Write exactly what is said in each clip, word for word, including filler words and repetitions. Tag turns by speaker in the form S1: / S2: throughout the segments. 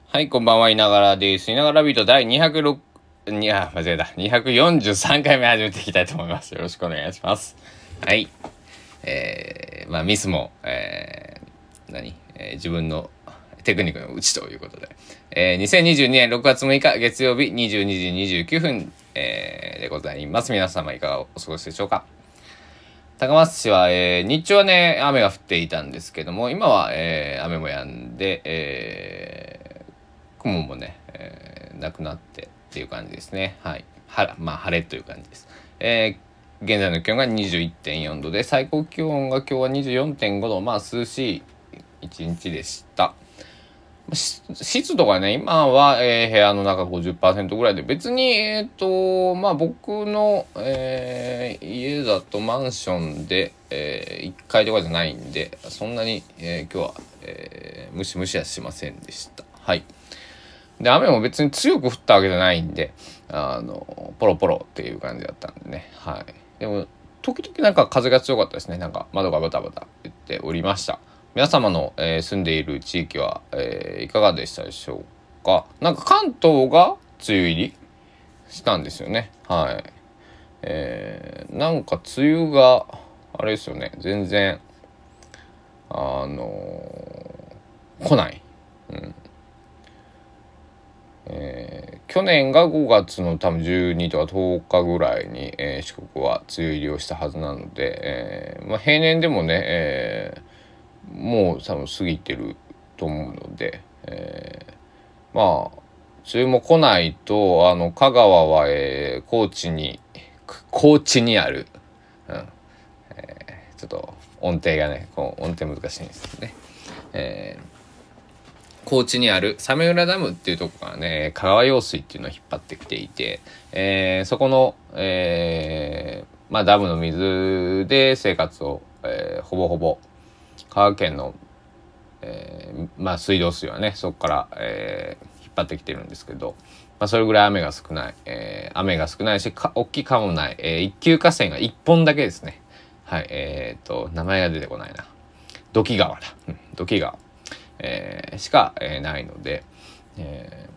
S1: はい、こんばんは、いながらです。いながらビート第にひゃくろく、いや、間違えた。にひゃくよんじゅうさんかいめ始めていきたいと思います。よろしくお願いします。はい。えー、まあ、ミスも、えー、何、えー、自分のテクニックのうちということで、えー、にせんにじゅうにねんろくがつむいか月曜日にじゅうにじにじゅうきゅうふん、えー、でございます。皆様いかがお過ごしでしょうか。高松市は、えー、日中はね、雨が降っていたんですけども、今は、えー、雨も止んで、えー、雲もね、えー、なくなってっていう感じですね。はい。はまあ、晴れという感じです。えー、現在の気温が にじゅういってんよんどで、最高気温が今日は にじゅうよんてんごど、まあ、涼しい一日でした。湿度がね、今は、えー、部屋の中 ごじゅっパーセント ぐらいで、別に、えっと、まあ僕の、えー、家だとマンションで、えー、いっかいとかじゃないんで、そんなに、えー、今日は、えー、ムシムシはしませんでした。はい。で、雨も別に強く降ったわけじゃないんで、あの、ポロポロっていう感じだったんでね。はい。でも、時々なんか風が強かったですね。なんか窓がバタバタ言っておりました。皆様の、えー、住んでいる地域は、えー、いかがでしたでしょうか。なんか関東が梅雨入りしたんですよね。はい。えー、なんか梅雨があれですよね。全然あのー、来ない。うん。えー、去年がごがつの多分じゅうにとかとおかぐらいに、えー、四国は梅雨入りをしたはずなので、えーまあ、平年でもね、えーもう多分過ぎてると思うので、えー、まあ梅雨も来ないとあの香川は、えー、高知に高知にある、うんえー、ちょっと音程がねこう音程難しいんですよね、えー、高知にある早明浦ダムっていうところからね香川用水っていうのを引っ張ってきていて、えー、そこの、えー、まあダムの水で生活を、えー、ほぼほぼ香川県のえー、まあ水道水はねそこから、えー、引っ張ってきてるんですけど、まあ、それぐらい雨が少ない、えー、雨が少ないしか大きい川もない、えー、一級河川が一本だけですね。はい。えー、っと名前が出てこないな。土岐川だ、うん、土岐川、えー、しか、えー、ないので、え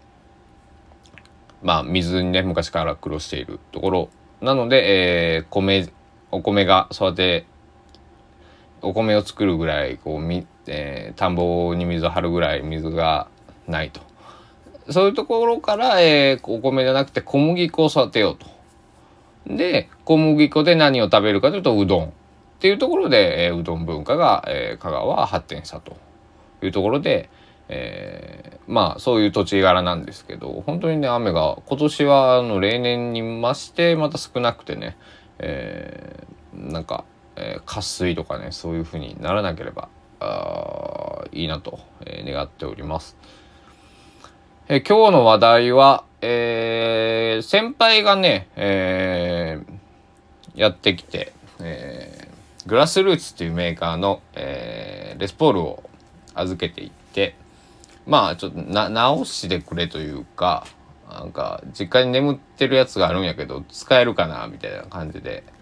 S1: ー、まあ水にね昔から苦労しているところなので、えー、米お米が育てお米を作るぐらいこうみ、えー、田んぼに水を張るぐらい水がないと、そういうところから、えー、お米じゃなくて小麦粉を育てようと。で小麦粉で何を食べるかというとうどんっていうところで、えー、うどん文化が、えー、香川は発展したというところで、えー、まあそういう土地柄なんですけど、本当にね雨が今年はあの例年に増してまた少なくてね、えー、なんかえー、渇水とかねそういう風にならなければあいいなと、えー、願っております。えー、今日の話題は、えー、先輩がね、えー、やってきて、えー、グラスルーツっていうメーカーの、えー、レスポールを預けていって、まあちょっとな直してくれというか、なんか実家に眠ってるやつがあるんやけど使えるかなみたいな感じで、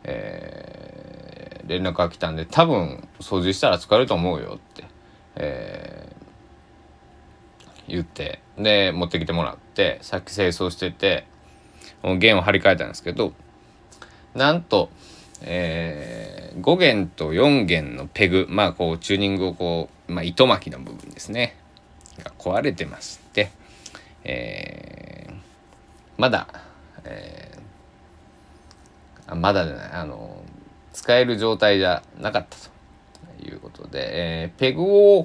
S1: えー、連絡が来たんで多分掃除したら使えると思うよって、えー、言ってで持ってきてもらって、さっき清掃してて弦を張り替えたんですけど、なんと、えー、ご弦とよん弦のペグ、まあこうチューニングをこう、まあ、糸巻きの部分ですねが壊れてまして、えー、まだ、えー、あまだじゃないあの使える状態じゃなかったということで、えー、ペグを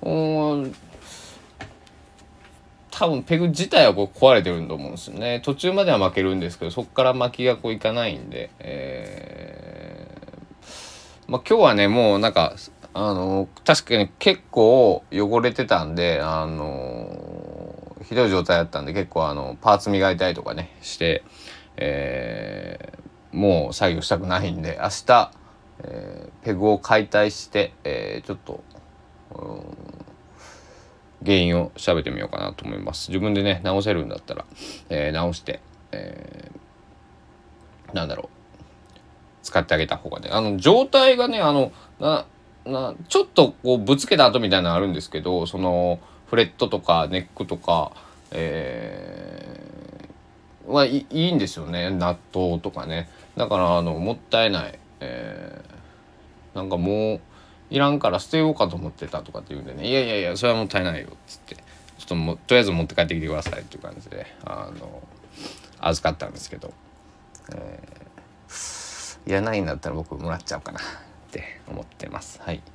S1: 多分ペグ自体はこう壊れてると思うんですよね。途中までは巻けるんですけどそこから巻きがこういかないんで、えー、まあ今日はねもうなんかあの確かに結構汚れてたんで、あのひどい状態だったんで結構あのパーツ磨いたりとかねして、えー、もう作業したくないんで明日、えー、ペグを解体して、えー、ちょっと、うん、原因を調べてみようかなと思います。自分でね直せるんだったら、えー、直して、えー、なんだろう使ってあげた方がね、あの状態がねあのななちょっとこうぶつけた後みたいなのあるんですけど、そのフレットとかネックとか、えー、はいいいんですよね。納豆とかね。だからあのもったいない、えー、なんかもういらんから捨てようかと思ってたとかって言うんでね、いやいやいやそれはもったいないよっつって、ちょっともとりあえず持って帰ってきてくださいっていう感じであの預かったんですけど、えー、いらないんだったら僕もらっちゃおうかなって思ってます。はい。い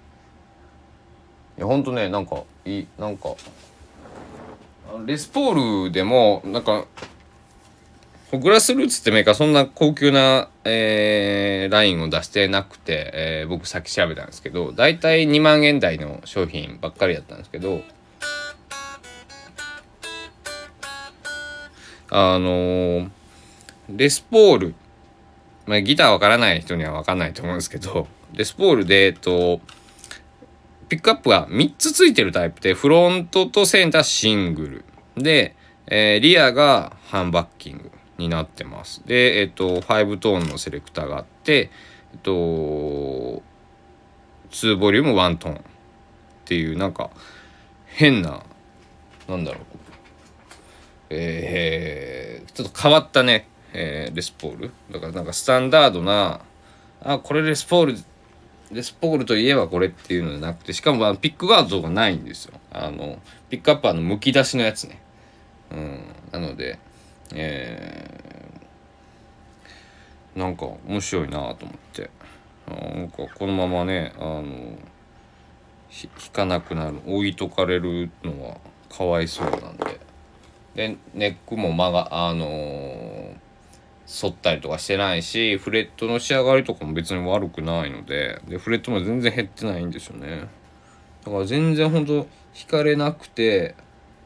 S1: やほんとね、なんかいい、なんかレスポールでもなんかグラスルーツってメーカーそんな高級な、えー、ラインを出してなくて、えー、僕さっき調べたんですけど、だいたいにまんえん台の商品ばっかりだったんですけど、あのー、レスポール、まあ、ギターわからない人にはわかんないと思うんですけど、レスポールで、えっと、ピックアップがみっつついてるタイプで、フロントとセンターシングルで、えー、リアがハンバッキングになってます。で、えっと、ファイブトーンのセレクターがあって、えっと、ツーボリュームワントーンっていうなんか変な、なんだろう、えー、ちょっと変わったね、えー、レスポールだからなんかスタンダードな、あこれレスポールレスポールといえばこれっていうのじゃなくて、しかもピックガードがないんですよ。あのピックアップはあのむき出しのやつね。うん、なので、えー、なんか面白いなと思って、なんかこのままね、あの引かなくなる、置いとかれるのはかわいそうなんで、でネックも曲があのー、反ったりとかしてないし、フレットの仕上がりとかも別に悪くないので、でフレットも全然減ってないんですよね。だから全然ほんと引かれなくて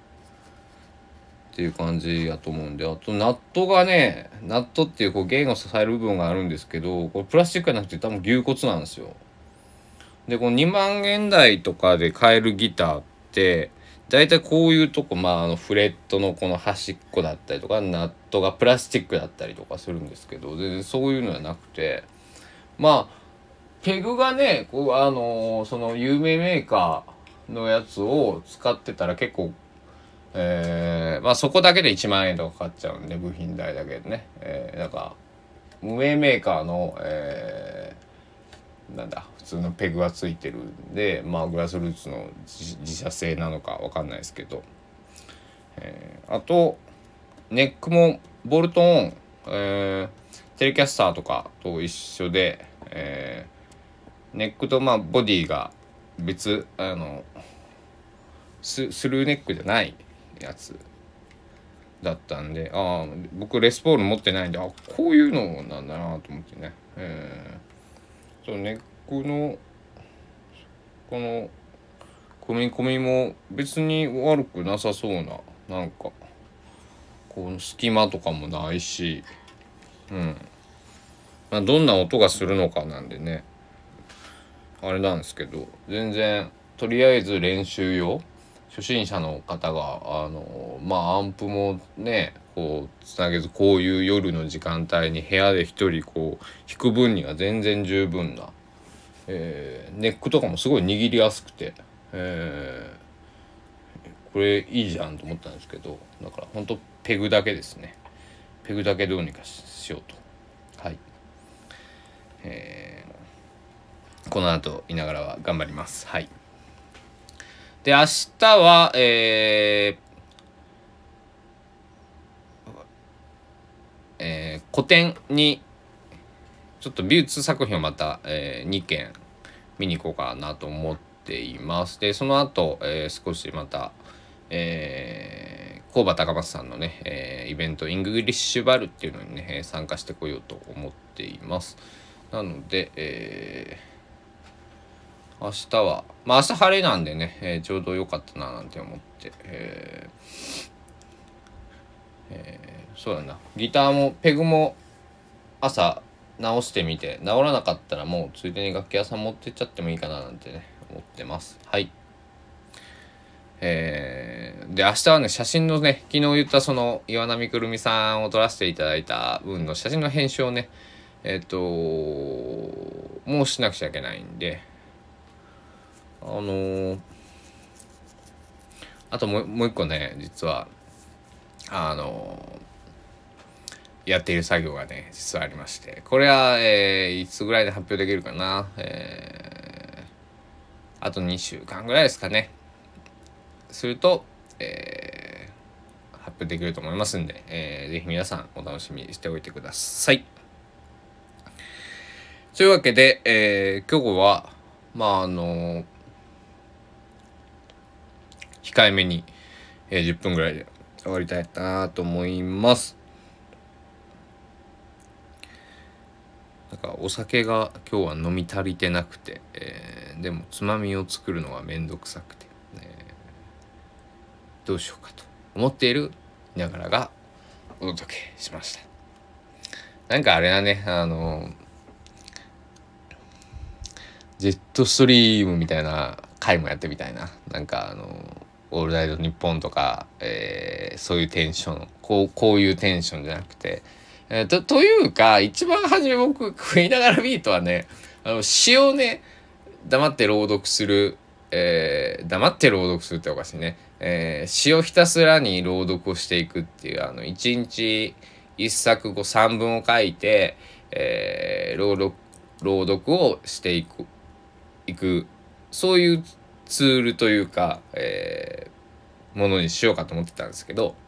S1: っていう感じやと思うんで、あとナットがね、ナットっていうこう弦を支える部分があるんですけど、これプラスチックじゃなくて多分牛骨なんですよ。でこのにまんえん台とかで買えるギターってだいたいこういうとこ、まあ、あのフレットのこの端っこだったりとかナットがプラスチックだったりとかするんですけど、全然そういうのはなくて、まあペグがねこうあのー、その有名メーカーのやつを使ってたら結構、えー、まあそこだけでいちまんえんとかかかっちゃうんで、部品代だけでね、えー、なんか無名メーカーの、えー、なんだ普通のペグがついてるんで、まあグラスルーツの自社製なのかわかんないですけど、えー、あとネックもボルトオン、えー、テレキャスターとかと一緒で、えー、ネックとまあボディが別、あのス, スルーネックじゃないやつだったんで、ああ僕レスポール持ってないんで、あこういうのなんだなと思ってね、えー、そうネックのこの組み込みも別に悪くなさそうな、なんかこの隙間とかもないし、うん、まあ、どんな音がするのかなんでねあれなんですけど、全然とりあえず練習用、初心者の方があのまあアンプもねこうつなげず、こういう夜の時間帯に部屋で一人こう弾く分には全然十分な、えー、ネックとかもすごい握りやすくて、えー、これいいじゃんと思ったんですけど、だからほんとペグだけですね。ペグだけどうにかしようと、はい、えー、この後いながらは頑張ります。はい。で明日はえーえー、個展にちょっと美術作品をまた、えー、にけん見に行こうかなと思っています。でその後、えー、少しまた、えー、工場高松さんのね、えー、イベントイングリッシュバルっていうのにね参加してこようと思っています。なので、えー、明日はまあ明日晴れなんでね、えー、ちょうど良かったななんて思って、えーえー、そうだな、ギターもペグも朝直してみて、直らなかったらもうついでに楽器屋さん持ってっちゃってもいいかななんてね思ってます。はい。えー、で明日はね写真のね、昨日言ったその岩波くるみさんを撮らせていただいた分の写真の編集をね、えっともうしなくちゃいけないんで、あのー、 あともうもう一個ね、実はあのやっている作業がね実はありまして、これは、えー、いつぐらいで発表できるかな、えー、あとにしゅうかんぐらいですかね。すると、えー、発表できると思いますんで、えー、ぜひ皆さんお楽しみにしておいてください。というわけで、えー、今日はまああの控えめに、えー、じゅっぷんぐらいで終わりたいなと思います。なんかお酒が今日は飲み足りてなくて、えー、でもつまみを作るのがめんどくさくて、えー、どうしようかと思っているいながらがお届けしました。なんかあれだね、あのジェットストリームみたいな回もやってみたいな。なんかあのオールナイトニッポンとか、えー、そういうテンション、こうこういうテンションじゃなくて、えー、とというか一番初め僕食いながらビートはね、あの詩をね黙って朗読する、えー、黙って朗読するっておかしいね、えー、詩をひたすらに朗読をしていくっていう、あの一日一作後三文を書いて、えー、朗読朗読をしていくいくそういうツールというか、えー、ものにしようかと思ってたんですけど、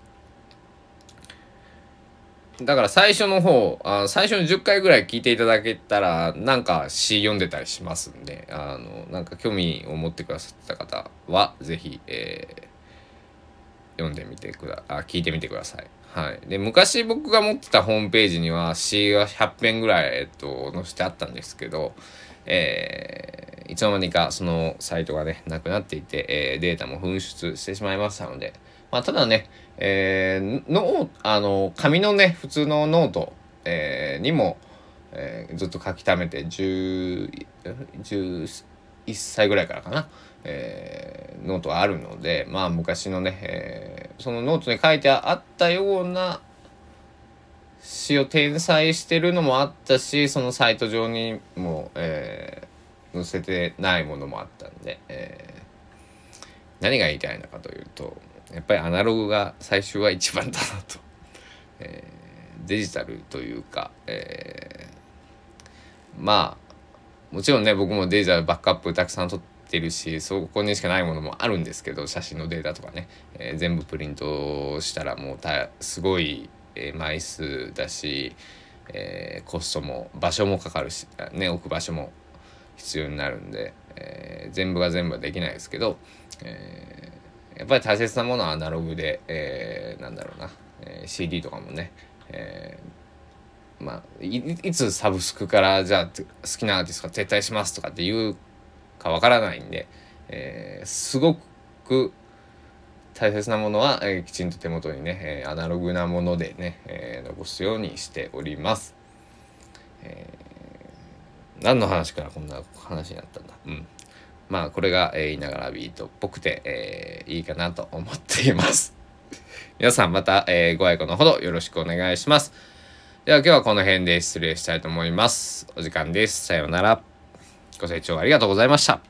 S1: だから最初の方あ最初のじゅっかいぐらい聞いていただけたらなんか詩読んでたりしますんで、あのなんか興味を持ってくださった方はぜひ、えー、読んでみてくだあ聞いてみてください。はい、で昔僕が持ってたホームページには詩がひゃっぺんぐらい、えっと、載せてあったんですけど、えー、いつの間にかそのサイトがねなくなっていて、えー、データも紛失してしまいましたので、まあ、ただね、えー、のあの紙のね普通のノート、えー、にも、えー、ずっと書き溜めてじゅう、じゅういっさいぐらいからかな、えー、ノートがあるので、まあ昔のね、えー、そのノートに書いてあったような詩を転載してるのもあったし、そのサイト上にも、えー、載せてないものもあったんで、えー、何が言いたいのかというと、やっぱりアナログが最終は一番だなと、えー、デジタルというか、えー、まあもちろんね僕もデジタルバックアップたくさん取ってるし、そこにしかないものもあるんですけど、写真のデータとかね、えー、全部プリントしたらもうたすごい枚数だし、えー、コストも場所もかかるしね、置く場所も必要になるんで、えー、全部が全部はできないですけど、えー、やっぱり大切なものはアナログで、えー、なんだろうな、えー、シーディー とかもね、えー、まあ い, いつサブスクからじゃあ好きなアーティストが撤退しますとかっていうかわからないんで、えー、すごく大切なものは、えー、きちんと手元にね、えー、アナログなものでね、えー、残すようにしております。えー、何の話からこんな話になったんだ。うん。まあこれが、えー、言いながらビートっぽくて、えー、いいかなと思っています。皆さんまた、えー、ご愛顧のほどよろしくお願いします。では今日はこの辺で失礼したいと思います。お時間です。さようなら。ご清聴ありがとうございました。